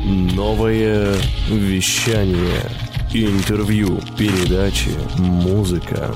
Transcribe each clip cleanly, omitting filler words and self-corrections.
Новое вещание. Интервью, передачи, музыка.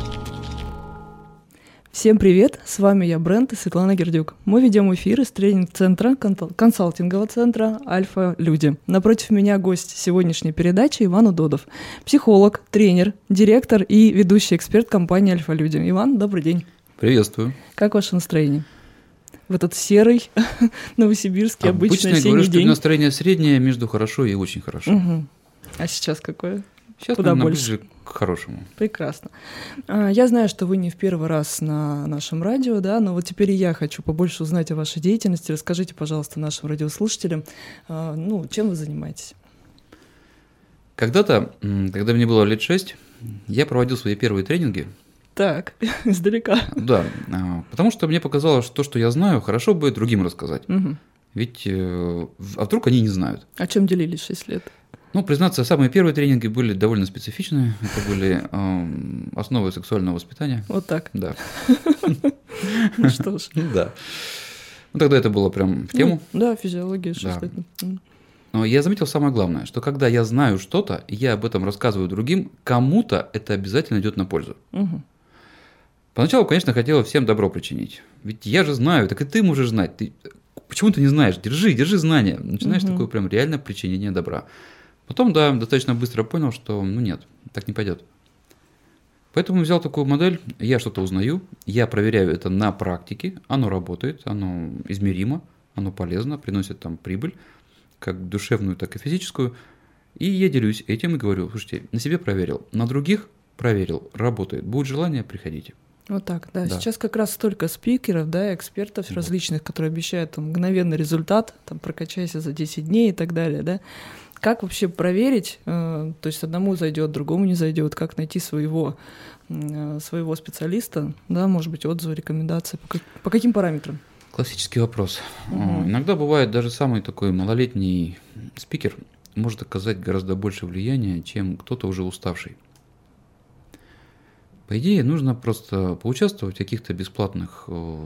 Всем привет, с вами я, Брент и Светлана Гердюк. Мы ведем эфир из тренинг-центра, консалтингового центра «Альфа-Люди». Напротив меня гость сегодняшней передачи Иван Удодов, психолог, тренер, директор и ведущий эксперт компании «Альфа-Люди». Иван, добрый день. Приветствую. Как ваше настроение? В этот серый новосибирский обычный осенний день. Обычно говорю, что настроение среднее между хорошо и очень хорошо. Угу. А сейчас какое? Сейчас, куда наверное, больше? ближе к хорошему. Прекрасно. Я знаю, что вы не в первый раз на нашем радио, да, но вот теперь и я хочу побольше узнать о вашей деятельности. Расскажите, пожалуйста, нашим радиослушателям, чем вы занимаетесь? Когда-то, когда мне было лет 6, я проводил свои первые тренинги. Так, издалека. Да, потому что мне показалось, что то, что я знаю, хорошо бы другим рассказать. Угу. Ведь, а вдруг они не знают? О чем делились 6 лет? Признаться, самые первые тренинги были довольно специфичные. Это были основы сексуального воспитания. Вот так? Да. Ну что ж. Да. Тогда это было прям в тему. Да, физиология 6 лет. Но я заметил самое главное, что когда я знаю что-то, и я об этом рассказываю другим, кому-то это обязательно идет на пользу. Угу. Поначалу, конечно, хотела всем добро причинить. Ведь я же знаю, так и ты можешь знать. Почему ты не знаешь? Держи знания. Начинаешь такое прям реально причинение добра. Потом, да, достаточно быстро понял, что нет, так не пойдет. Поэтому взял такую модель, я что-то узнаю, я проверяю это на практике, оно работает, оно измеримо, оно полезно, приносит там прибыль, как душевную, так и физическую. И я делюсь этим и говорю, слушайте, на себе проверил, на других проверил, работает, будет желание, приходите. Вот так, да. Сейчас как раз столько спикеров, да, экспертов различных, которые обещают мгновенный результат, прокачайся за 10 дней и так далее, да. Как вообще проверить, то есть одному зайдет, другому не зайдет, как найти своего специалиста, да, может быть, отзывы, рекомендации, по каким параметрам? Классический вопрос. Иногда бывает даже самый такой малолетний спикер может оказать гораздо больше влияния, чем кто-то уже уставший. По идее, нужно просто поучаствовать в каких-то бесплатных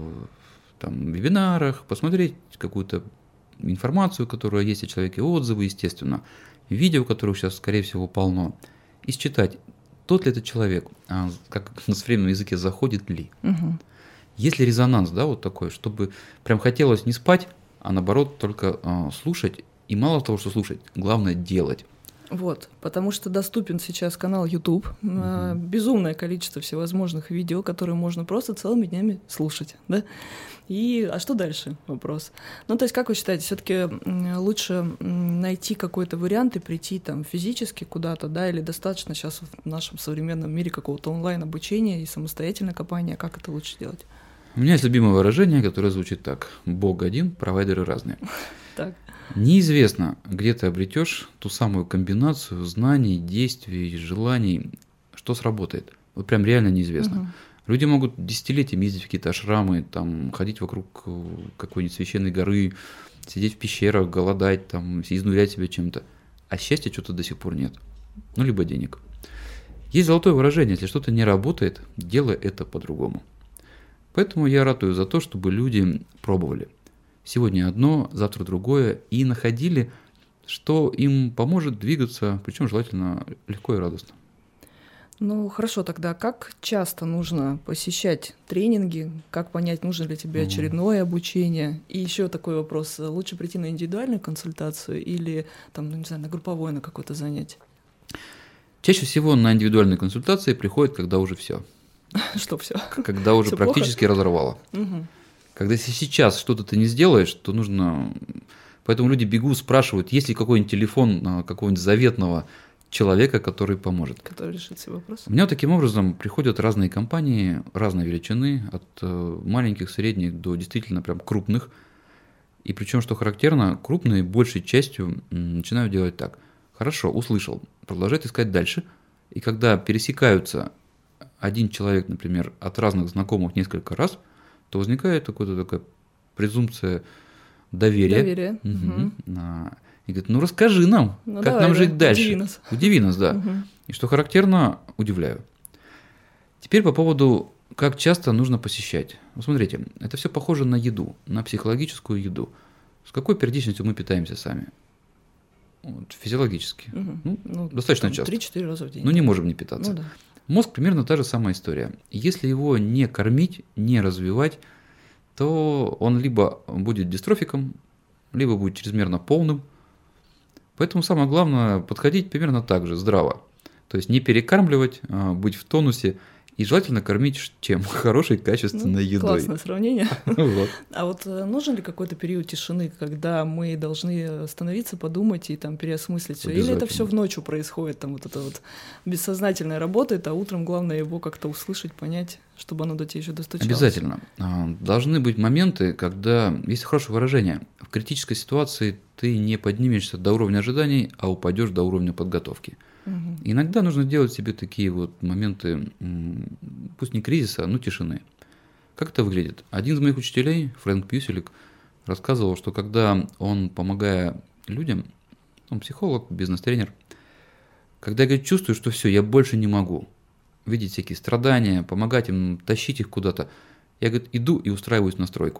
вебинарах, посмотреть какую-то информацию, которая есть о человеке, отзывы, естественно, видео, которых сейчас, скорее всего, полно, и считать, тот ли этот человек, как на современном языке, заходит ли. Угу. Есть ли резонанс, да, вот такой, чтобы прям хотелось не спать, а наоборот только слушать, и мало того, что слушать, главное делать. Вот, потому что доступен сейчас канал YouTube, безумное количество всевозможных видео, которые можно просто целыми днями слушать, да? А что дальше? Вопрос. То есть, как вы считаете, все-таки лучше найти какой-то вариант и прийти физически куда-то, да, или достаточно сейчас в нашем современном мире какого-то онлайн-обучения и самостоятельное копание, как это лучше делать? У меня есть любимое выражение, которое звучит так: Бог один, провайдеры разные. Так. Неизвестно, где ты обретешь ту самую комбинацию знаний, действий, желаний, что сработает. Вот прям реально неизвестно. Угу. Люди могут десятилетиями ездить в какие-то ашрамы, ходить вокруг какой-нибудь священной горы, сидеть в пещерах, голодать, изнурять себя чем-то. А счастья что-то до сих пор нет. Либо денег. Есть золотое выражение: если что-то не работает, делай это по-другому. Поэтому я ратую за то, чтобы люди пробовали. Сегодня одно, завтра другое, и находили, что им поможет двигаться, причем желательно легко и радостно. Хорошо, тогда как часто нужно посещать тренинги, как понять, нужно ли тебе очередное обучение? И еще такой вопрос: лучше прийти на индивидуальную консультацию или на групповое, на какое-то занятие? Чаще всего на индивидуальные консультации приходят, когда уже все. Что все? Когда уже Всё практически плохо? разорвало. Угу. Когда если сейчас что-то ты не сделаешь, то нужно... Поэтому люди бегут, спрашивают, есть ли какой-нибудь телефон какого-нибудь заветного человека, который поможет. Который решит все вопросы. У меня таким образом приходят разные компании, разной величины, от маленьких, средних до действительно прям крупных. И причем, что характерно, крупные большей частью начинают делать так. Хорошо, услышал, продолжает искать дальше. И когда пересекаются один человек, например, от разных знакомых несколько раз, то возникает такая презумпция доверия. Угу. И говорит, расскажи нам, как давай, нам жить дальше. Удиви нас, да. Угу. И что характерно, удивляю. Теперь по поводу, как часто нужно посещать. Смотрите, это все похоже на еду, на психологическую еду. С какой периодичностью мы питаемся сами? Вот, физиологически. Ну, Достаточно часто. 3-4 раза в день. Ну, не можем не питаться. Ну, да. Мозг примерно та же самая история. Если его не кормить, не развивать, то он либо будет дистрофиком, либо будет чрезмерно полным. Поэтому самое главное подходить примерно так же, здраво. То есть не перекармливать, быть в тонусе и желательно кормить чем? Хорошей, качественной едой. Классное сравнение. Вот. А вот нужен ли какой-то период тишины, когда мы должны остановиться, подумать и там переосмыслить все? Или это все в ночью происходит, там вот это вот бессознательная работает, а утром главное его как-то услышать, понять, чтобы оно до тебя еще достучалось? Обязательно. Должны быть моменты, когда, есть хорошее выражение, в критической ситуации ты не поднимешься до уровня ожиданий, а упадешь до уровня подготовки. Иногда нужно делать себе такие вот моменты, пусть не кризиса, но тишины. Как это выглядит? Один из моих учителей, Фрэнк Пьюселик, рассказывал, что когда он, помогая людям, он психолог, бизнес-тренер, когда я, говорит, чувствую, что все, я больше не могу видеть всякие страдания, помогать им, тащить их куда-то, я, говорит, иду и устраиваюсь на стройку.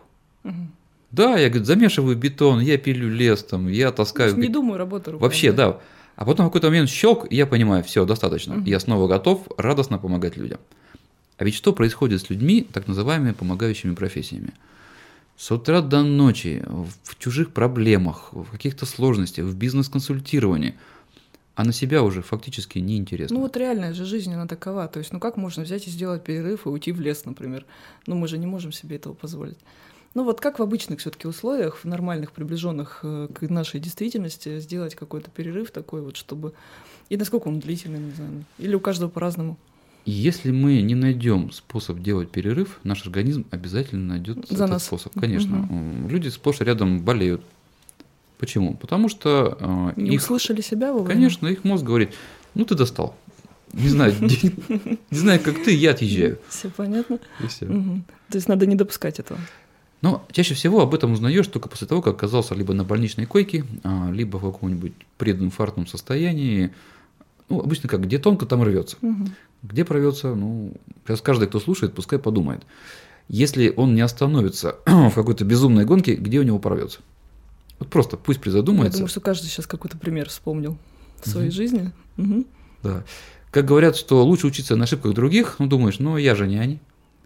Да, я, говорит, замешиваю бетон, я пилю лес, там, я таскаю. Не думаю, работа руками. Вообще, да. А потом в какой-то момент щелк, и я понимаю, все, достаточно. Я снова готов радостно помогать людям. А ведь что происходит с людьми, так называемыми помогающими профессиями? С утра до ночи, в чужих проблемах, в каких-то сложностях, в бизнес-консультировании, а на себя уже фактически неинтересно. Ну вот реальная же жизнь, она такова. То есть, ну как можно взять и сделать перерыв и уйти в лес, например? Ну мы же не можем себе этого позволить. Ну вот как в обычных все-таки условиях, в нормальных, приближенных к нашей действительности, сделать какой-то перерыв такой вот, чтобы... И насколько он длительный, не знаю. Или у каждого по-разному. Если мы не найдем способ делать перерыв, наш организм обязательно найдет этот способ. Конечно. Люди сплошь и рядом болеют. Почему? Потому что... Не услышали себя вовремя? Конечно, их мозг говорит, ну ты достал. Не знаю, как ты, я отъезжаю. Все понятно. И все. То есть надо не допускать этого. Но чаще всего об этом узнаешь только после того, как оказался либо на больничной койке, либо в каком-нибудь прединфарктном состоянии. Ну, обычно как, где тонко, там рвется. Где прорвется, ну, сейчас каждый, кто слушает, пускай подумает. Если он не остановится в какой-то безумной гонке, где у него порвется? Вот просто пусть призадумается. Я думаю, что каждый сейчас какой-то пример вспомнил в своей жизни. Да. Как говорят, что лучше учиться на ошибках других, ну, думаешь, ну, я же не они.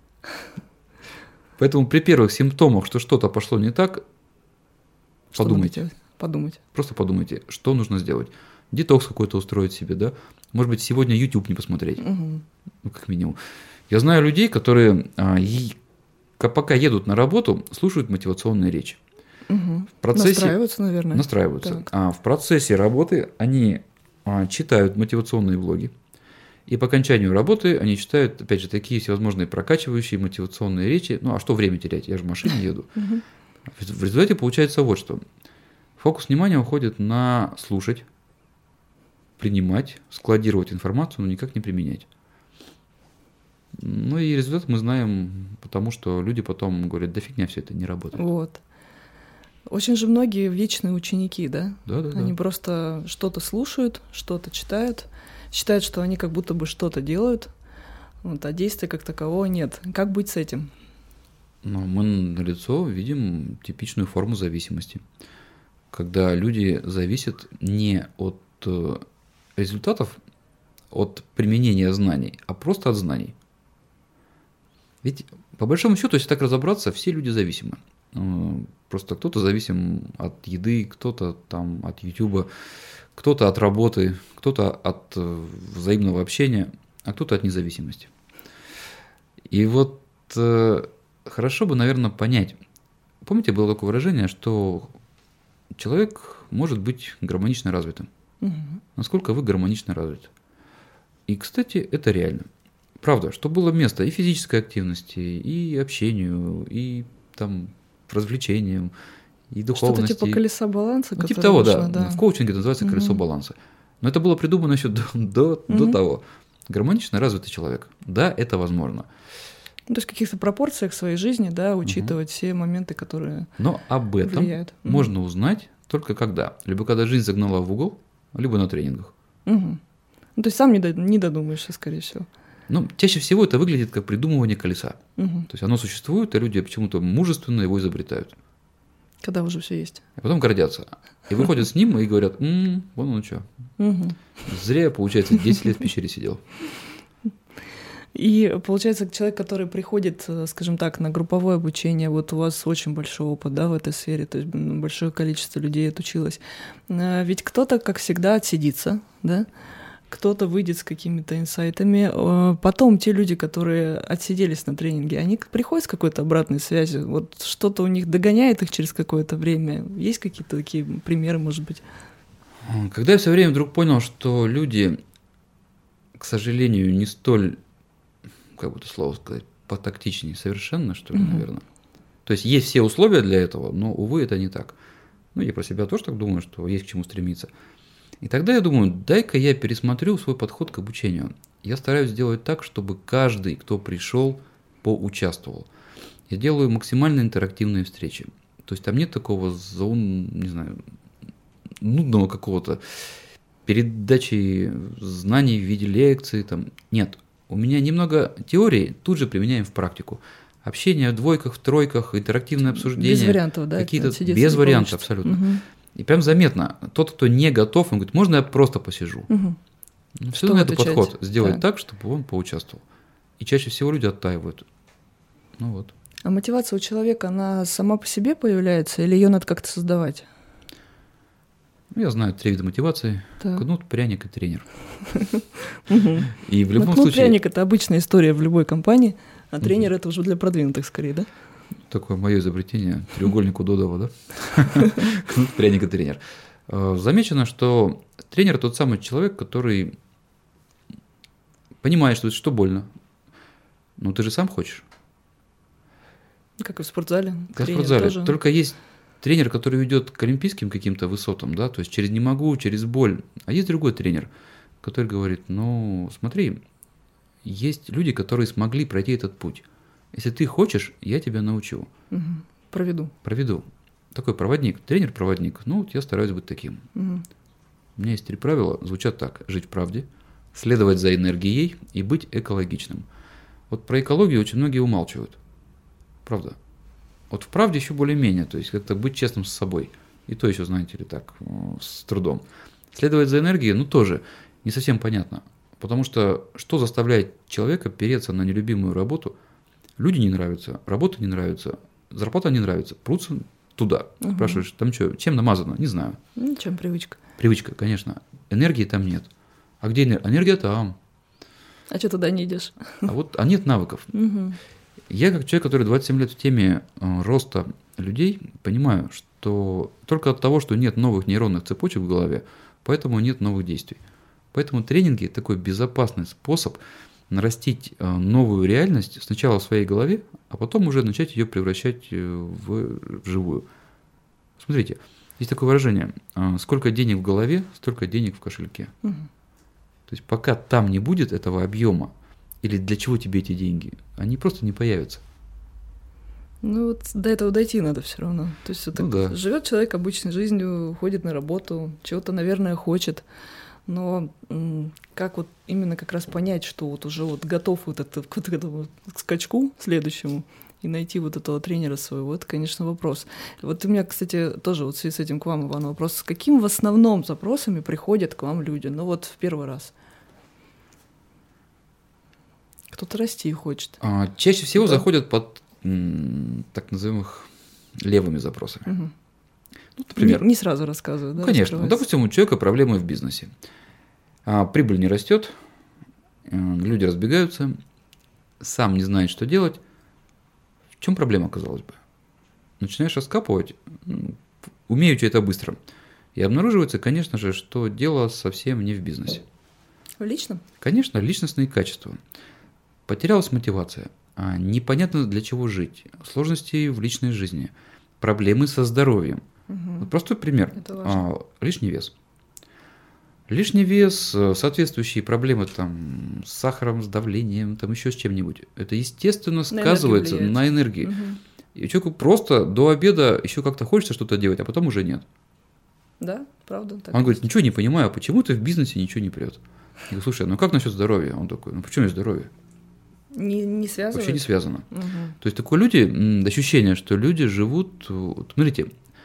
Поэтому при первых симптомах, что что-то пошло не так, подумайте. Просто подумайте, что нужно сделать. Детокс какой-то устроить себе, да? Может быть, сегодня YouTube не посмотреть, ну, как минимум. Я знаю людей, которые, пока едут на работу, слушают мотивационные речи. В процессе... Настраиваются, наверное. Настраиваются. А в процессе работы они читают мотивационные блоги. И по окончанию работы они читают, опять же, такие всевозможные прокачивающие мотивационные речи. Ну, а что время терять? Я же в машине еду. В результате получается вот что. Фокус внимания уходит на слушать, принимать, складировать информацию, но никак не применять. Ну и результат мы знаем, потому что люди потом говорят, да фигня все это, не работает. Вот. Очень же многие вечные ученики, да? Да. Они просто что-то слушают, что-то читают, считают, что они как будто бы что-то делают, вот, а действия как такового нет. Как быть с этим? Ну, мы налицо видим типичную форму зависимости, когда люди зависят не от результатов, от применения знаний, а просто от знаний. Ведь, по большому счету, если так разобраться, все люди зависимы. Просто кто-то зависим от еды, кто-то там от Ютуба, кто-то от работы, кто-то от взаимного общения, а кто-то от независимости. И вот хорошо бы, наверное, понять. Помните, было такое выражение, что человек может быть гармонично развитым. Насколько вы гармонично развиты. И, кстати, это реально. Правда, что было место и физической активности, и общению, и там развлечениям, и духовности. Что-то типа колеса баланса? Ну, типа того, да. В коучинге это называется колесо баланса. Но это было придумано еще до того. Гармонично развитый человек. Да, это возможно. Ну, то есть в каких-то пропорциях своей жизни, да, учитывать все моменты, которые Но об этом влияют. можно узнать только когда. Либо когда жизнь загнала в угол, либо на тренингах. Ну, то есть сам не додумаешься, скорее всего. Ну, чаще всего это выглядит как придумывание колеса. То есть оно существует, а люди почему-то мужественно его изобретают. Когда уже все есть. А потом гордятся. И выходят с ним и говорят, вон он что. Зря я, получается, 10 лет в пещере сидел. И получается, человек, который приходит, скажем так, на групповое обучение, вот у вас очень большой опыт, да, в этой сфере, то есть большое количество людей отучилось. Ведь кто-то, как всегда, отсидится, да, кто-то выйдет с какими-то инсайтами. Потом те люди, которые отсиделись на тренинге, они приходят с какой-то обратной связью, вот что-то у них догоняет их через какое-то время. Есть какие-то такие примеры, может быть? Когда я все время вдруг понял, что люди, к сожалению, не столь, как бы это слово сказать, потактичнее совершенно, что ли, наверное. То есть есть все условия для этого, но, увы, это не так. Ну, я про себя тоже так думаю, что есть к чему стремиться. И тогда я думаю, дай-ка я пересмотрю свой подход к обучению. Я стараюсь сделать так, чтобы каждый, кто пришел, поучаствовал. Я делаю максимально интерактивные встречи. То есть там нет такого не знаю, нудного какого-то передачи знаний в виде лекции. Там. Нет. У меня немного теории, тут же применяем в практику. Общение в двойках, в тройках, интерактивное обсуждение. Без вариантов, да? Какие-то без вариантов, абсолютно. И прям заметно, тот, кто не готов, он говорит, можно я просто посижу? Все на этот подход сделать так, чтобы он поучаствовал. И чаще всего люди оттаивают. Ну вот. А мотивация у человека, она сама по себе появляется или ее надо как-то создавать? Я знаю 3 вида мотивации. Так. Кнут, пряник и тренер. И в любом кнут, случае... пряник – это обычная история в любой компании, а тренер – это уже для продвинутых скорее, да? Такое мое изобретение, треугольник Удодова, да? Кнут, пряник и тренер. Замечено, что тренер тот самый человек, который понимает, что больно. Но ты же сам хочешь. Как и в спортзале. Как в спортзале. Тоже. Только есть тренер, который ведет к олимпийским каким-то высотам, да, то есть через не могу, через боль. А есть другой тренер, который говорит, ну, смотри, есть люди, которые смогли пройти этот путь. Если ты хочешь, я тебя научу. Проведу. Такой проводник, тренер-проводник. Ну, вот я стараюсь быть таким. У меня есть 3 правила, звучат так. Жить в правде, следовать за энергией и быть экологичным. Вот про экологию очень многие умалчивают. Правда. Вот в правде еще более-менее, то есть как-то быть честным с собой. И то еще, знаете ли, так, с трудом. Следовать за энергией, ну, тоже не совсем понятно. Потому что заставляет человека переться на нелюбимую работу? Люди не нравятся, работа не нравится, зарплата не нравится, прутся туда. Спрашиваешь, там что, чем намазано? Не знаю. Чем привычка? Привычка, конечно. Энергии там нет. А где энергия? Энергия там. А что туда не идешь? А нет навыков. Я, как человек, который 27 лет в теме роста людей, понимаю, что только от того, что нет новых нейронных цепочек в голове, поэтому нет новых действий. Поэтому тренинги – такой безопасный способ нарастить новую реальность сначала в своей голове, а потом уже начать ее превращать в живую. Смотрите, есть такое выражение: сколько денег в голове, столько денег в кошельке. То есть пока там не будет этого объема, или для чего тебе эти деньги, они просто не появятся. Ну вот до этого дойти надо все равно. То есть да. Живет человек обычной жизнью, ходит на работу, чего-то, наверное, хочет. Но как вот именно как раз понять, что вот уже вот готов вот это, к этому скачку следующему и найти вот этого тренера своего, это, конечно, вопрос. Вот у меня, кстати, тоже вот в связи с этим к вам, Иван, вопрос. С каким в основном запросами приходят к вам люди? Ну вот в первый раз. Кто-то расти хочет. Чаще всего заходят под так называемых левыми запросами. Ну, например, не сразу рассказываю, да? Конечно. Допустим, у человека проблемы в бизнесе. Прибыль не растет, люди разбегаются, сам не знает, что делать. В чем проблема, казалось бы? Начинаешь раскапывать, умеючи это быстро. И обнаруживается, конечно же, что дело совсем не в бизнесе. В личном? Конечно, личностные качества. Потерялась мотивация, непонятно для чего жить, сложности в личной жизни, проблемы со здоровьем. Вот простой пример. Лишний вес. Лишний вес, соответствующие проблемы там, с сахаром, с давлением, там, еще с чем-нибудь. Это, естественно, сказывается на энергии. И человеку просто до обеда еще как-то хочется что-то делать, а потом уже нет. Да, правда. Так он говорит, ничего не понимаю, а почему ты в бизнесе ничего не прет? Я говорю, слушай, ну как насчет здоровья? Он такой, ну почему здоровье? Не связано? Вообще не связано. То есть такое ощущение, что люди живут... Смотрите,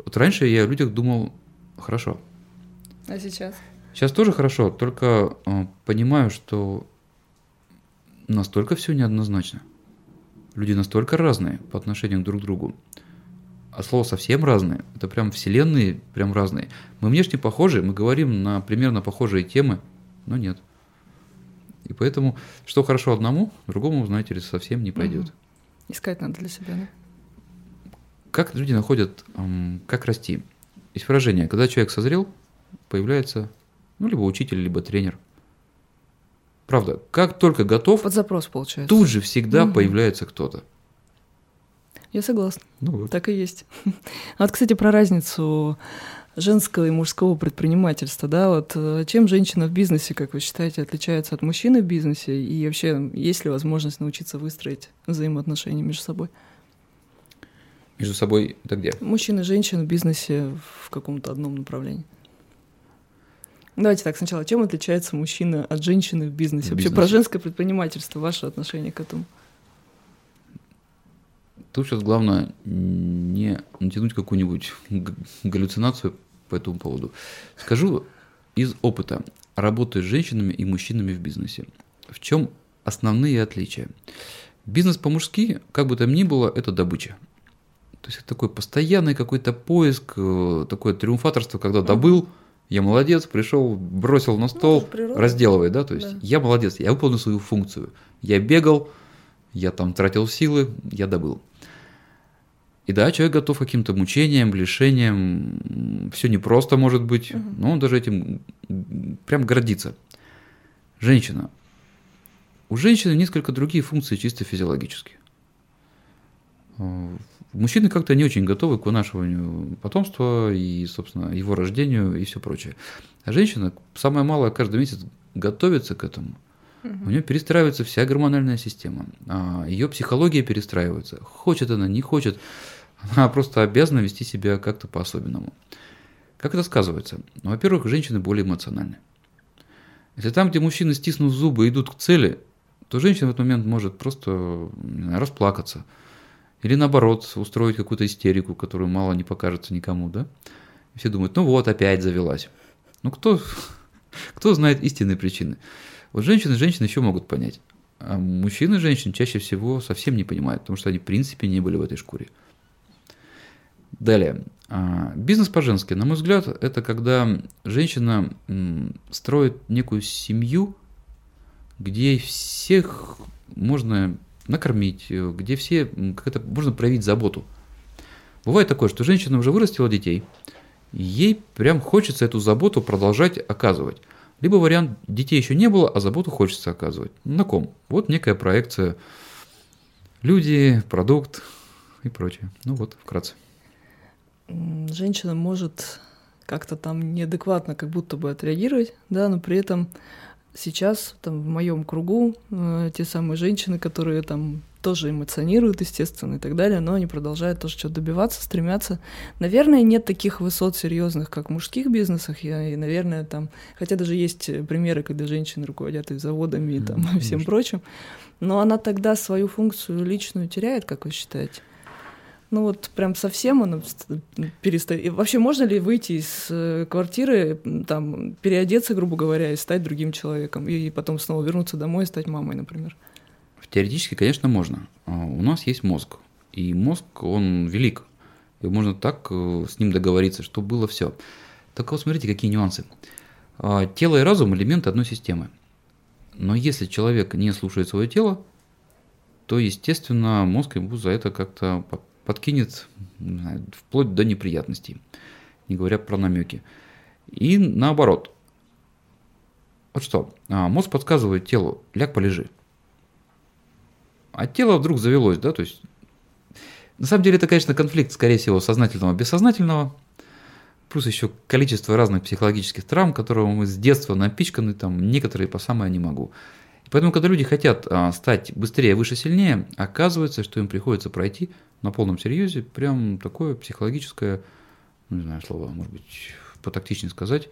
Вот раньше я о людях думал хорошо. А сейчас? Сейчас тоже хорошо, только понимаю, что настолько все неоднозначно. Люди настолько разные по отношению друг к другу. А слово совсем разные. Это прям вселенные прям разные. Мы внешне похожи, мы говорим на примерно похожие темы, но нет. И поэтому, что хорошо одному, другому, знаете ли, совсем не пойдет. Угу. Искать надо для себя, да? Как люди находят, как расти? Есть выражение, когда человек созрел, появляется, либо учитель, либо тренер. Правда, как только готов, под запрос получается. Тут же всегда появляется кто-то. Я согласна. Вот. Так и есть. А вот, кстати, про разницу женского и мужского предпринимательства, да, вот чем женщина в бизнесе, как вы считаете, отличается от мужчины в бизнесе, и вообще есть ли возможность научиться выстроить взаимоотношения между собой? Между собой это где? Мужчина и женщина в бизнесе в каком-то одном направлении. Давайте так, сначала, чем отличается мужчина от женщины в бизнесе? Вообще про женское предпринимательство, ваше отношение к этому? Тут сейчас главное не натянуть какую-нибудь галлюцинацию по этому поводу. Скажу из опыта работы с женщинами и мужчинами в бизнесе. В чем основные отличия? Бизнес по-мужски, как бы там ни было, это добыча. То есть это такой постоянный какой-то поиск, такое триумфаторство, когда добыл, я молодец, пришел, бросил на стол, разделывай, да, то есть я молодец, я выполнил свою функцию. Я бегал, я там тратил силы, я добыл. И да, человек готов к каким-то мучениям, лишениям, все непросто может быть, но он даже этим прям гордится. Женщина. У женщины несколько другие функции чисто физиологические. Мужчины как-то не очень готовы к вынашиванию потомства и, собственно, его рождению и все прочее. А женщина, самое малое, каждый месяц готовится к этому. У нее перестраивается вся гормональная система, ее психология перестраивается. Хочет она, не хочет, она просто обязана вести себя как-то по-особенному. Как это сказывается? Ну, во-первых, женщины более эмоциональны. Если там, где мужчины, стиснув зубы, идут к цели, то женщина в этот момент может просто расплакаться. Или наоборот, устроить какую-то истерику, которую мало не покажется никому, да? И все думают, ну вот, опять завелась. Ну кто знает истинные причины? Вот женщины еще могут понять. А мужчины и женщины чаще всего совсем не понимают, потому что они в принципе не были в этой шкуре. Далее. Бизнес по-женски, на мой взгляд, это когда женщина строит некую семью, где всех можно накормить, где все как-то можно проявить заботу. Бывает такое, что женщина уже вырастила детей, ей прям хочется эту заботу продолжать оказывать. Либо вариант, детей еще не было, а заботу хочется оказывать. На ком? Вот некая проекция. Люди, продукт и прочее. Ну вот, вкратце. Женщина может как-то там неадекватно как будто бы отреагировать, да, но при этом сейчас там в моем кругу те самые женщины, которые там тоже эмоционируют, естественно, и так далее, но они продолжают тоже что-то добиваться, стремятся. Наверное, нет таких высот серьезных, как в мужских бизнесах, и, наверное, там, хотя даже есть примеры, когда женщины руководят и заводами, и там, и всем прочим, но она тогда свою функцию личную теряет, как вы считаете? Ну вот прям совсем она перестает. И вообще можно ли выйти из квартиры, там, переодеться, грубо говоря, и стать другим человеком, и потом снова вернуться домой и стать мамой, например? Теоретически, конечно, можно. У нас есть мозг. И мозг, он велик. И можно так с ним договориться, чтобы было все. Только вот смотрите, какие нюансы. Тело и разум – элементы одной системы. Но если человек не слушает свое тело, то, естественно, мозг ему за это как-то подкинет, не знаю, вплоть до неприятностей, не говоря про намеки. И наоборот. Вот что, мозг подсказывает телу: ляг, полежи. А тело вдруг завелось, да, то есть на самом деле это, конечно, конфликт, скорее всего, сознательного и бессознательного, плюс еще количество разных психологических травм, которым мы с детства напичканы, там некоторые по самое не могу. И поэтому, когда люди хотят стать быстрее, выше, сильнее, оказывается, что им приходится пройти на полном серьезе прям такое психологическое, не знаю слово, может быть, потактичнее сказать,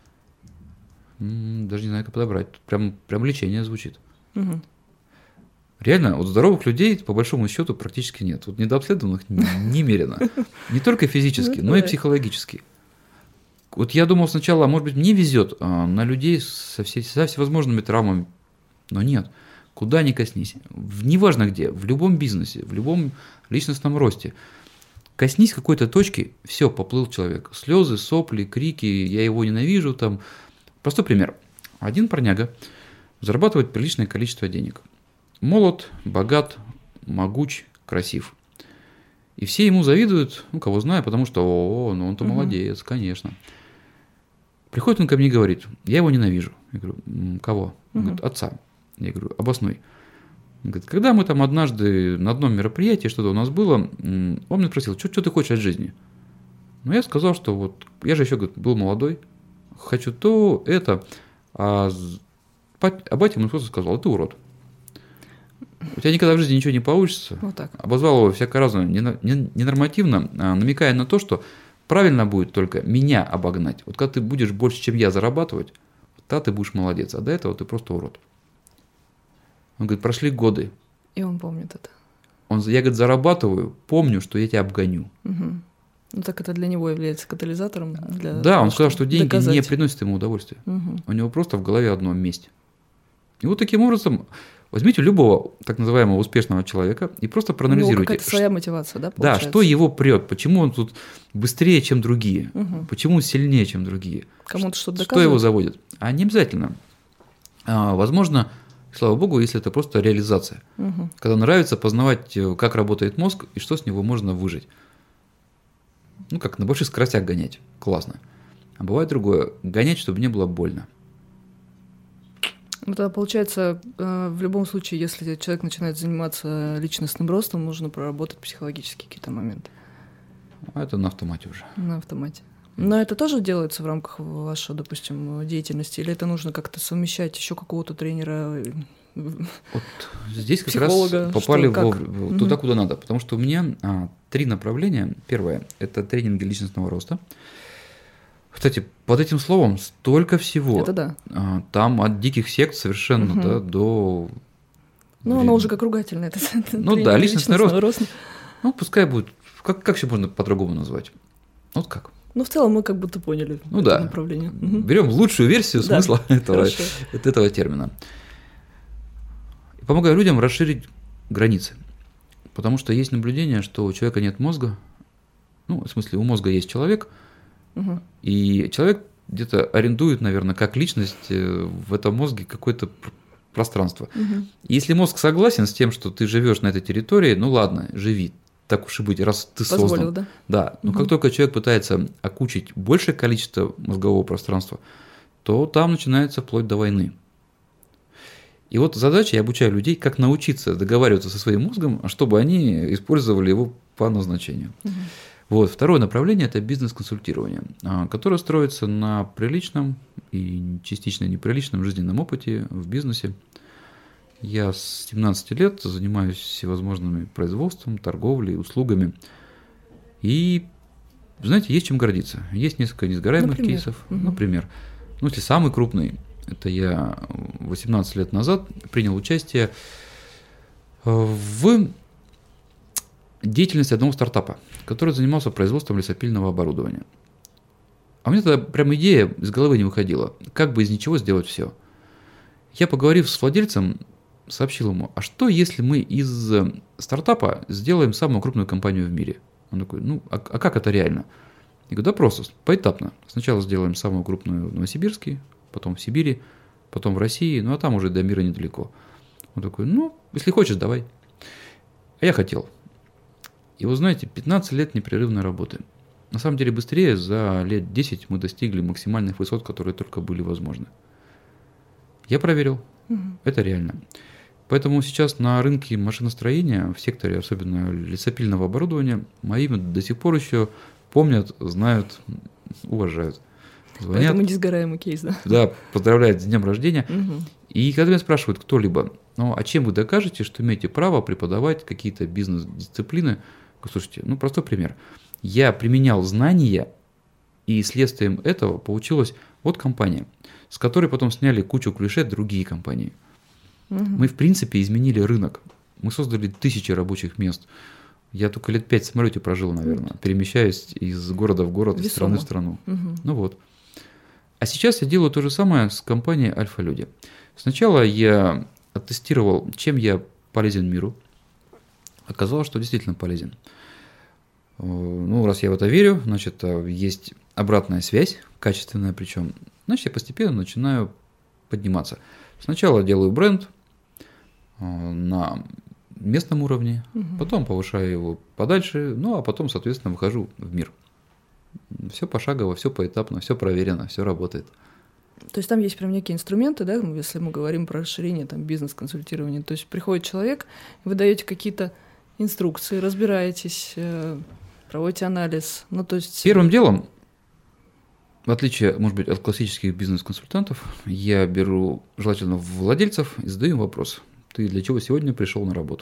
даже не знаю, как подобрать, прям лечение звучит. Угу. Реально, вот здоровых людей, по большому счету, практически нет. Вот недообследованных немерено. Не только физически, но и психологически. Вот я думал сначала, может быть, мне везет на людей со всевозможными травмами, но нет. Куда ни коснись, неважно где, в любом бизнесе, в любом личностном росте, коснись какой-то точки, все, поплыл человек. Слезы, сопли, крики, я его ненавижу. Там. Простой пример. Один парняга зарабатывает приличное количество денег. Молод, богат, могуч, красив. И все ему завидуют, кого знаю, потому что, ну он-то молодец, конечно. Приходит он ко мне и говорит, я его ненавижу. Я говорю, кого? Он говорит, отца. Я говорю, обоснуй. Он говорит, когда мы там однажды на одном мероприятии, что-то у нас было, он меня спросил, что ты хочешь от жизни? Ну, я сказал, что вот, я же еще, говорит, был молодой, хочу то, это, а батя ему просто сказал, ты урод. У тебя никогда в жизни ничего не получится. Вот так. Обозвал его всяко-разно, ненормативно, намекая на то, что правильно будет только меня обогнать. Вот когда ты будешь больше, чем я, зарабатывать, тогда ты будешь молодец, а до этого ты просто урод. Он говорит, прошли годы. И он помнит это. Я, говорит, зарабатываю, помню, что я тебя обгоню. Ну так это для него является катализатором? Да, он сказал, что деньги не приносят ему удовольствия. У него просто в голове одно месть. И вот таким образом возьмите любого так называемого успешного человека и просто проанализируйте. У него какая-то своя мотивация, да, получается? Да, что его прет, почему он тут быстрее, чем другие, почему сильнее, чем другие. Кому-то что-то доказывает. Что его заводит. А не обязательно. Возможно, слава богу, если это просто реализация. Когда нравится познавать, как работает мозг и что с него можно выжить. Ну, как на больших скоростях гонять. Классно. А бывает другое. Гонять, чтобы не было больно. Ну, тогда получается, в любом случае, если человек начинает заниматься личностным ростом, нужно проработать психологические какие-то моменты. А это на автомате уже. На автомате. Но это тоже делается в рамках вашей, допустим, деятельности? Или это нужно как-то совмещать еще какого-то тренера? Вот здесь как психолога, раз попали туда, угу. куда надо. Потому что у меня 3 направления. Первое – это тренинги личностного роста. Кстати, под этим словом столько всего. Это да. Там от диких сект совершенно до… Ну, оно уже как ругательное. Ну да, личностный рост. Ну, пускай будет… Как еще можно по-другому назвать? Вот как? Ну, в целом мы как будто поняли это направление. Берем лучшую версию смысла этого термина. И помогаю людям расширить границы. Потому что есть наблюдение, что у человека нет мозга. Ну, в смысле, у мозга есть человек, и человек где-то арендует, наверное, как личность в этом мозге какое-то пространство. И если мозг согласен с тем, что ты живешь на этой территории, ну ладно, живи. Так уж и быть, раз ты создан. Да? Да. Но как только человек пытается окучить большее количество мозгового пространства, то там начинается вплоть до войны. И вот задача, я обучаю людей, как научиться договариваться со своим мозгом, чтобы они использовали его по назначению. Вот. Второе направление – это бизнес-консультирование, которое строится на приличном и частично неприличном жизненном опыте в бизнесе. Я с 17 лет занимаюсь всевозможными производством, торговлей, услугами. И, знаете, есть чем гордиться. Есть несколько несгораемых кейсов. Например, ну, если самый крупный, это я 18 лет назад принял участие в деятельности одного стартапа, который занимался производством лесопильного оборудования. А у меня тогда прям идея из головы не выходила, как бы из ничего сделать все. Я, поговорив с владельцем, сообщил ему, а что если мы из стартапа сделаем самую крупную компанию в мире? Он такой, ну, а как это реально? Я говорю, да просто, поэтапно. Сначала сделаем самую крупную в Новосибирске, потом в Сибири, потом в России, ну а там уже до мира недалеко. Он такой, ну, если хочешь, давай. А я хотел. И вы знаете, 15 лет непрерывной работы. На самом деле быстрее за лет 10 мы достигли максимальных высот, которые только были возможны. Я проверил. Это реально. Поэтому сейчас на рынке машиностроения, в секторе особенно лесопильного оборудования, мои имя до сих пор еще помнят, знают, уважают. Звонят. Поэтому несгораемый кейс, да? Да, поздравляют с днем рождения. И когда меня спрашивают кто-либо, ну а чем вы докажете, что имеете право преподавать какие-то бизнес-дисциплины? Слушайте, ну простой пример. Я применял знания, и следствием этого получилась вот компания, с которой потом сняли кучу клише другие компании. Мы, в принципе, изменили рынок. Мы создали тысячи рабочих мест. Я только лет 5 в самолете прожил, наверное, перемещаясь из города в город, из страны в страну. Ну вот. А сейчас я делаю то же самое с компанией «Альфа-Люди». Сначала я оттестировал, чем я полезен миру. Оказалось, что действительно полезен. Ну, раз я в это верю, значит, есть обратная связь, качественная причем, значит, я постепенно начинаю подниматься. Сначала делаю бренд на местном уровне, потом повышаю его подальше, ну, а потом, соответственно, выхожу в мир. Все пошагово, все поэтапно, все проверено, все работает. То есть там есть прям некие инструменты, да, если мы говорим про расширение там, бизнес-консультирования. То есть приходит человек, вы даете какие-то инструкции, разбираетесь, проводите анализ. Ну, то есть... Первым делом, в отличие, может быть, от классических бизнес-консультантов, я беру желательно владельцев и задаю им вопрос. Ты для чего сегодня пришел на работу?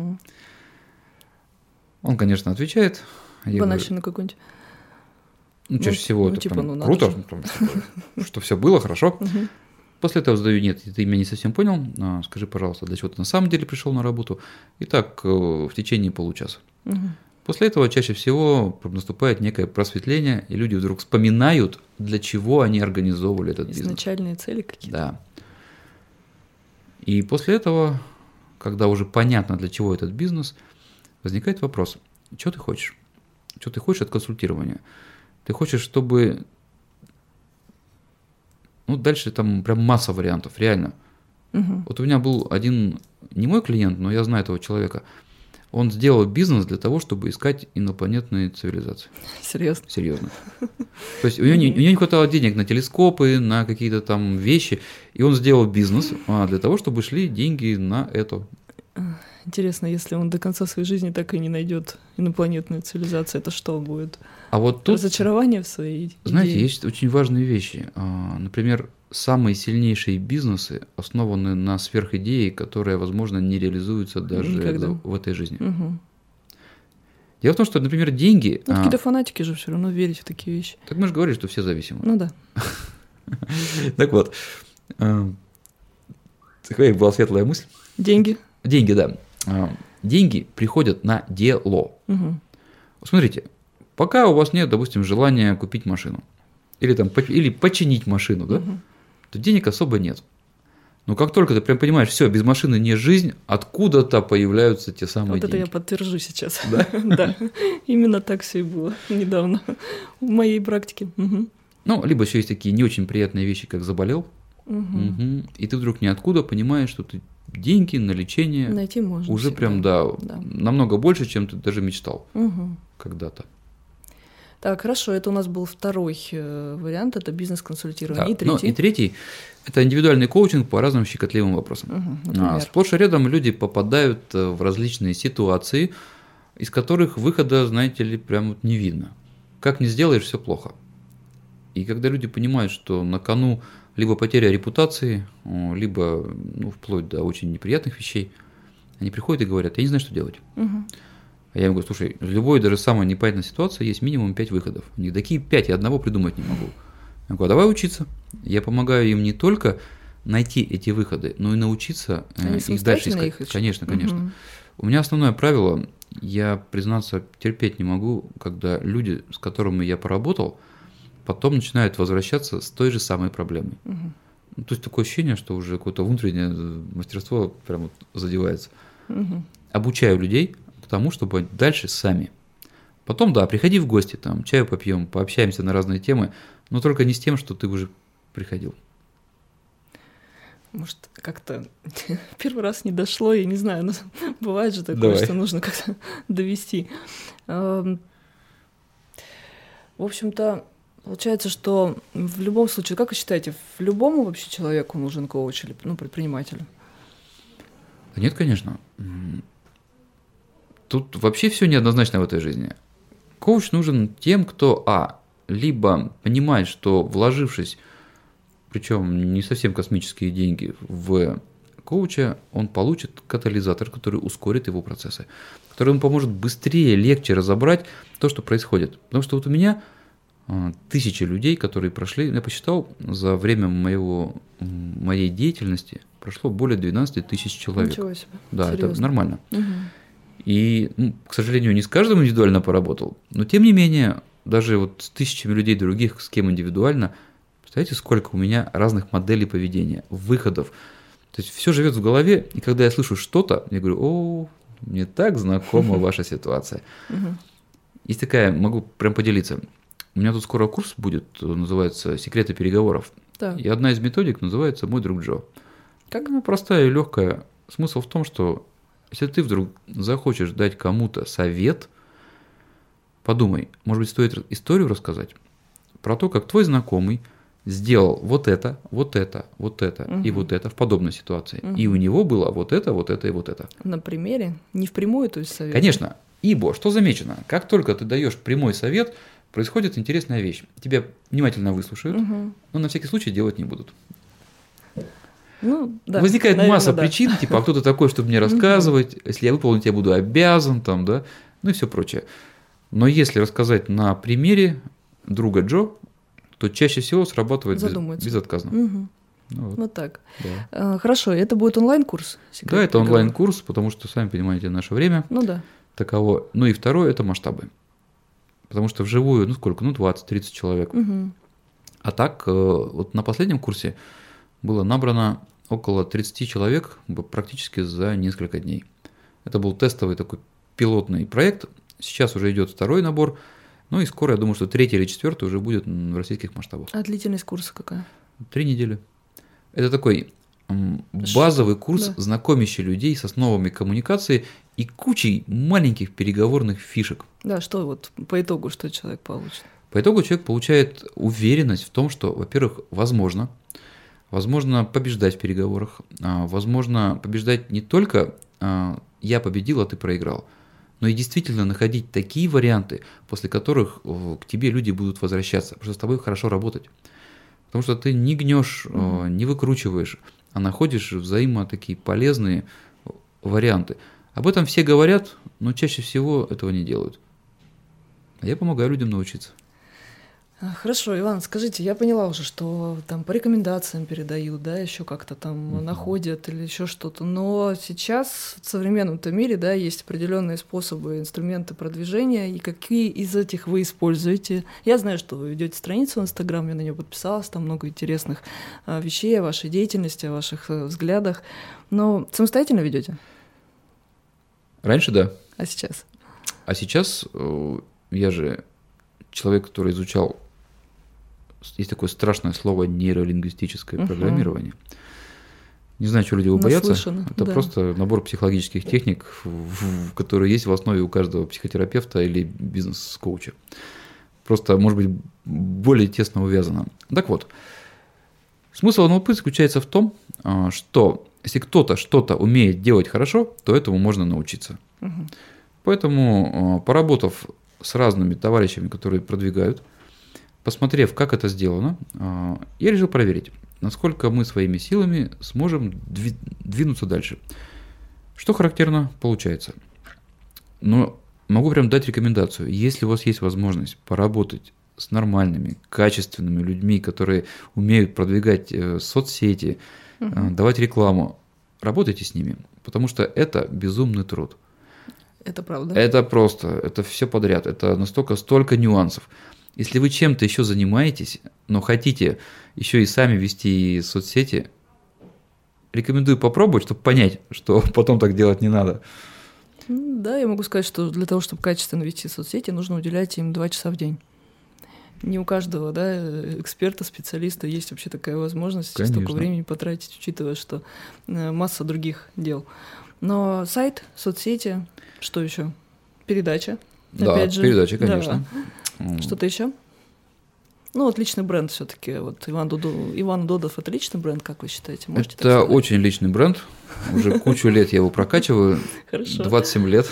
Он, конечно, отвечает. Банальщина какой-нибудь. Ну, чаще всего это типа, прям круто, что все было хорошо. После этого задаю, нет, ты меня не совсем понял, скажи, пожалуйста, для чего ты на самом деле пришел на работу. И так в течение получаса. После этого чаще всего наступает некое просветление, и люди вдруг вспоминают, для чего они организовывали этот бизнес. Изначальные цели какие-то. Да. И после этого, когда уже понятно, для чего этот бизнес, возникает вопрос, что ты хочешь? Что ты хочешь от консультирования? Ты хочешь, чтобы... Ну, дальше там прям масса вариантов, реально. Вот у меня был один, не мой клиент, но я знаю этого человека. Он сделал бизнес для того, чтобы искать инопланетные цивилизации. Серьезно? Серьезно. То есть у него не хватало денег на телескопы, на какие-то там вещи, и он сделал бизнес для того, чтобы шли деньги на это. Интересно, если он до конца своей жизни так и не найдет инопланетную цивилизацию, это что будет? А вот тут, разочарование в своей знаете, идее? есть очень важные вещи. Например, самые сильнейшие бизнесы основаны на сверхидее, которая, возможно, не реализуется даже в этой жизни. Дело в том, что, например, деньги... Ну, какие-то фанатики же все равно верят в такие вещи. Так мы же говорили, что все зависимы. Ну да. Так вот, такая была светлая мысль. Деньги. Деньги, да. Деньги приходят на дело. Смотрите, пока у вас нет, допустим, желания купить машину или починить машину, да, то денег особо нет. Но как только ты прям понимаешь, все, без машины не жизнь, откуда-то появляются те самые деньги. Вот это я подтвержу сейчас. Да? Да, именно так все и было недавно в моей практике. Ну, либо еще есть такие не очень приятные вещи, как заболел, и ты вдруг ниоткуда понимаешь, что ты деньги на лечение найти можно уже всегда. прям, да, намного больше, чем ты даже мечтал когда-то. Так, хорошо, это у нас был второй вариант, это бизнес-консультирование. Да. И третий? Ну, и третий – это индивидуальный коучинг по разным щекотливым вопросам. Сплошь и рядом люди попадают в различные ситуации, из которых выхода, знаете ли, прям вот не видно. Как ни сделаешь, все плохо. И когда люди понимают, что на кону либо потеря репутации, либо вплоть до очень неприятных вещей, они приходят и говорят, я не знаю, что делать. А я им говорю, слушай, в любой, даже самой непонятной ситуации есть минимум 5 выходов. У них такие 5, я одного придумать не могу. Я говорю, давай учиться. Я помогаю им не только найти эти выходы, но и научиться их дальше искать. Конечно. У меня основное правило, я, признаться, терпеть не могу, когда люди, с которыми я поработал, потом начинают возвращаться с той же самой проблемой. То есть такое ощущение, что уже какое-то внутреннее мастерство прям вот задевается. Обучаю людей тому, чтобы дальше сами. Потом, да, приходи в гости, там, чаю попьем, пообщаемся на разные темы, но только не с тем, что ты уже приходил. Может, как-то первый раз не дошло, я не знаю, но бывает же такое, Давай. что нужно как-то довести. В общем-то, получается, что в любом случае, как вы считаете, в любому вообще человеку нужен коуч или предпринимателю? Да нет, конечно. Тут вообще все неоднозначно в этой жизни. Коуч нужен тем, кто, либо понимает, что вложившись, причем не совсем космические деньги, в коуча, он получит катализатор, который ускорит его процессы, который ему поможет быстрее, легче разобрать то, что происходит. Потому что вот у меня тысячи людей, которые прошли, я посчитал, за время моей деятельности прошло более 12 тысяч человек. Ничего себе. Да, Серьезно. это нормально. Угу. И, к сожалению, не с каждым индивидуально поработал, но тем не менее, даже вот с тысячами людей других, с кем индивидуально, представляете, сколько у меня разных моделей поведения, выходов. То есть все живет в голове, и когда я слышу что-то, я говорю: о, мне так знакома ваша ситуация. Есть такая, могу прям поделиться. У меня тут скоро курс будет, называется «Секреты переговоров». Так. И одна из методик называется «Мой друг Джо». Как? Она простая и легкая. Смысл в том, что если ты вдруг захочешь дать кому-то совет, подумай, может быть, стоит историю рассказать про то, как твой знакомый сделал вот это, вот это, вот это и вот это в подобной ситуации. И у него было вот это и вот это. На примере? Не впрямую, то есть совет? Конечно. Ибо, что замечено, как только ты даешь прямой совет, происходит интересная вещь. Тебя внимательно выслушают, но на всякий случай делать не будут. Ну, да, возникает наверное, масса да. причин, типа, а кто ты такой, чтобы мне рассказывать, если я выполню, я буду обязан, там, да, ну и все прочее. Но если рассказать на примере друга Джо, то чаще всего срабатывает безотказно. Угу. Ну, Вот так. Да. Хорошо, это будет онлайн-курс? Да, это онлайн-курс, потому что, сами понимаете, наше время таково. Ну и второе – это масштабы. Потому что вживую, 20-30 человек. Угу. А так, вот на последнем курсе было набрано около 30 человек практически за несколько дней. Это был тестовый такой пилотный проект. Сейчас уже идет второй набор. Ну и скоро, я думаю, что 3 или 4 уже будет в российских масштабах. А длительность курса какая? 3 недели. Это такой базовый курс, знакомящий людей с основами коммуникации и кучей маленьких переговорных фишек. Да, что вот по итогу, что человек получит? По итогу человек получает уверенность в том, что, во-первых, возможно побеждать в переговорах, возможно побеждать не только «я победил, а ты проиграл», но и действительно находить такие варианты, после которых к тебе люди будут возвращаться, потому что с тобой хорошо работать. Потому что ты не гнешь, не выкручиваешь, а находишь такие полезные варианты. Об этом все говорят, но чаще всего этого не делают. А я помогаю людям научиться. Хорошо, Иван, скажите, я поняла уже, что там по рекомендациям передают, да, еще как-то там находят или еще что-то, но сейчас в современном-то мире, да, есть определенные способы, инструменты продвижения, и какие из этих вы используете? Я знаю, что вы ведете страницу в Инстаграм, я на нее подписалась, там много интересных вещей о вашей деятельности, о ваших взглядах, но самостоятельно ведете? Раньше да. А сейчас? А сейчас я же человек, который изучал, есть такое страшное слово нейролингвистическое программирование. Не знаю, чего люди его боятся. Это просто набор психологических техник, которые есть в основе у каждого психотерапевта или бизнес-коуча. Просто, может быть, более тесно увязано. Так вот, смысл НЛП заключается в том, что если кто-то что-то умеет делать хорошо, то этому можно научиться. Поэтому, поработав с разными товарищами, которые продвигают, посмотрев, как это сделано, я решил проверить, насколько мы своими силами сможем двинуться дальше. Что характерно получается. Но могу прям дать рекомендацию. Если у вас есть возможность поработать с нормальными, качественными людьми, которые умеют продвигать соцсети, давать рекламу, работайте с ними, потому что это безумный труд. Это правда? Это просто, это все подряд, это столько нюансов. Если вы чем-то еще занимаетесь, но хотите еще и сами вести соцсети, рекомендую попробовать, чтобы понять, что потом так делать не надо. Да, я могу сказать, что для того, чтобы качественно вести соцсети, нужно уделять им 2 часа в день. Не у каждого, да, эксперта, специалиста есть вообще такая возможность столько времени потратить, учитывая, что масса других дел. Но сайт, соцсети, что еще? Передача. Да, опять же. Передача, конечно. Да. Что-то еще? Ну, вот личный бренд все-таки. Вот Иван Додов — это личный бренд, как вы считаете? Можете это очень личный бренд. Уже кучу лет я его прокачиваю. Хорошо. 27 лет.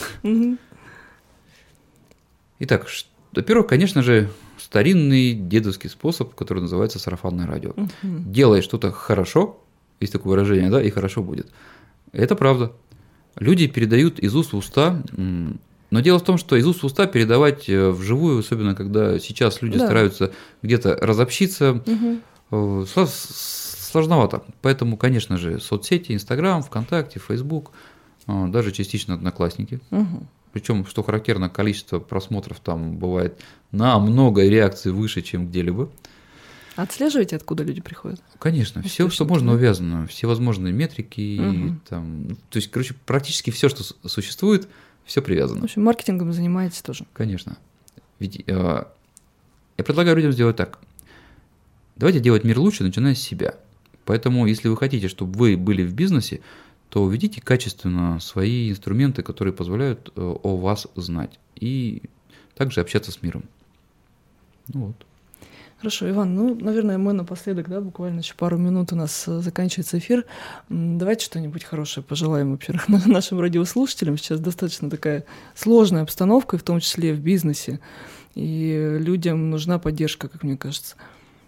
Итак, во-первых, конечно же, старинный дедовский способ, который называется сарафанное радио. Делай что-то хорошо, есть такое выражение, да, и хорошо будет. Это правда. Люди передают из уст в уста Но дело в том, что из уст в уста передавать вживую, особенно когда сейчас люди стараются где-то разобщиться, сложновато. Поэтому, конечно же, соцсети, Инстаграм, ВКонтакте, Фейсбук, даже частично Одноклассники. Причем, что характерно, количество просмотров там бывает намного реакций выше, чем где-либо. Отслеживаете, откуда люди приходят? Конечно, все, что можно, увязано, все возможные метрики, там, то есть, короче, практически все, что существует, все привязано. В общем, маркетингом занимаетесь тоже. Конечно. Ведь я предлагаю людям сделать так. Давайте делать мир лучше, начиная с себя. Поэтому, если вы хотите, чтобы вы были в бизнесе, то введите качественно свои инструменты, которые позволяют о вас знать. И также общаться с миром. Вот. Хорошо, Иван, наверное, мы напоследок, буквально еще пару минут у нас заканчивается эфир. Давайте что-нибудь хорошее пожелаем, во-первых, нашим радиослушателям. Сейчас достаточно такая сложная обстановка, в том числе в бизнесе. И людям нужна поддержка, как мне кажется.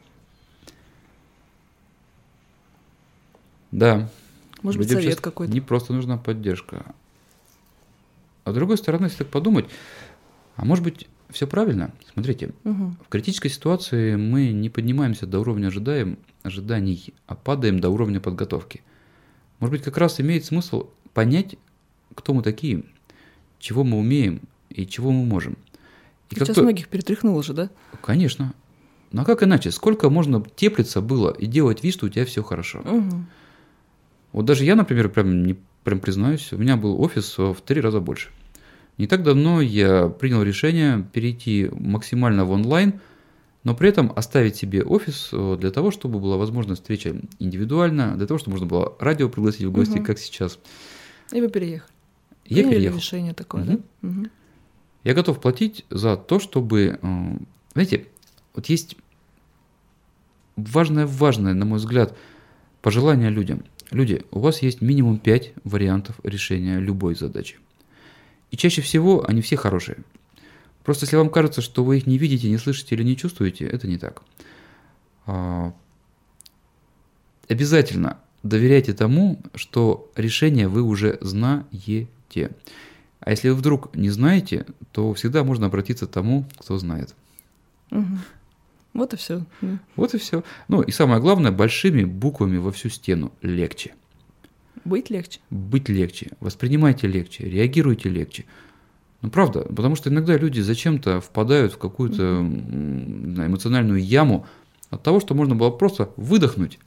Да. Может быть, совет какой-то. Не просто нужна поддержка. А с другой стороны, если так подумать, а может быть, все правильно? Смотрите, в критической ситуации мы не поднимаемся до уровня ожиданий, а падаем до уровня подготовки. Может быть, как раз имеет смысл понять, кто мы такие, чего мы умеем и чего мы можем. И сейчас многих перетряхнуло же, да? Конечно. Ну а как иначе? Сколько можно теплиться было и делать вид, что у тебя все хорошо? Вот даже я, например, прям признаюсь, у меня был офис в 3 раза больше. Не так давно я принял решение перейти максимально в онлайн, но при этом оставить себе офис для того, чтобы была возможность встреча индивидуально, для того, чтобы можно было радио пригласить в гости, как сейчас. И вы переехали. Я переехал. Решение такое, да? Я готов платить за то, чтобы... Знаете, вот есть важное, на мой взгляд, пожелание людям. Люди, у вас есть минимум 5 вариантов решения любой задачи. И чаще всего они все хорошие. Просто если вам кажется, что вы их не видите, не слышите или не чувствуете, это не так. Обязательно доверяйте тому, что решение вы уже знаете. А если вы вдруг не знаете, то всегда можно обратиться к тому, кто знает. Вот и все. Вот и все. Ну и самое главное, большими буквами во всю стену легче. Быть легче. Быть легче. Воспринимайте легче, реагируйте легче. Ну, правда, потому что иногда люди зачем-то впадают в какую-то эмоциональную яму от того, что можно было просто выдохнуть,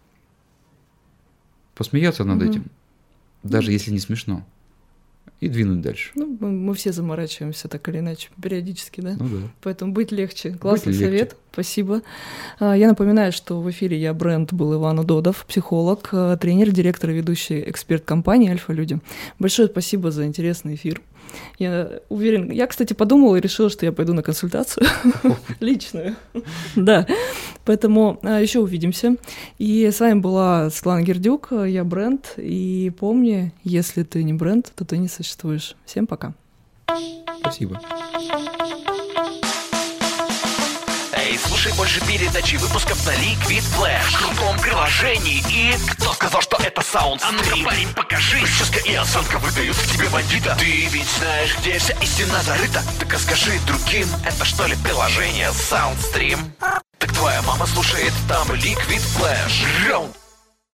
посмеяться над этим, даже если не смешно, и двинуть дальше. Мы все заморачиваемся так или иначе, периодически, да? Ну да. Поэтому быть легче. Классный совет, спасибо. Я напоминаю, что в эфире я бренд был Иван Удодов, психолог, тренер, директор и ведущий эксперт компании «Альфа-Люди». Большое спасибо за интересный эфир. Я уверен, я, кстати, подумала и решила, что я пойду на консультацию личную. Да, поэтому еще увидимся. И с вами была Светлана Гердюк, я бренд. И помни, если ты не бренд, то ты не существуешь. Всем пока. Спасибо. Слушай больше передачи выпусков на Liquid Flash в крутом приложении. И кто сказал, что это SoundStream? А ну-ка, парень, покажи. Прическа и осанка выдают в тебе бандита. Ты ведь знаешь, где вся истина зарыта. Так расскажи другим, это что ли приложение SoundStream? Так твоя мама слушает там Liquid Flash.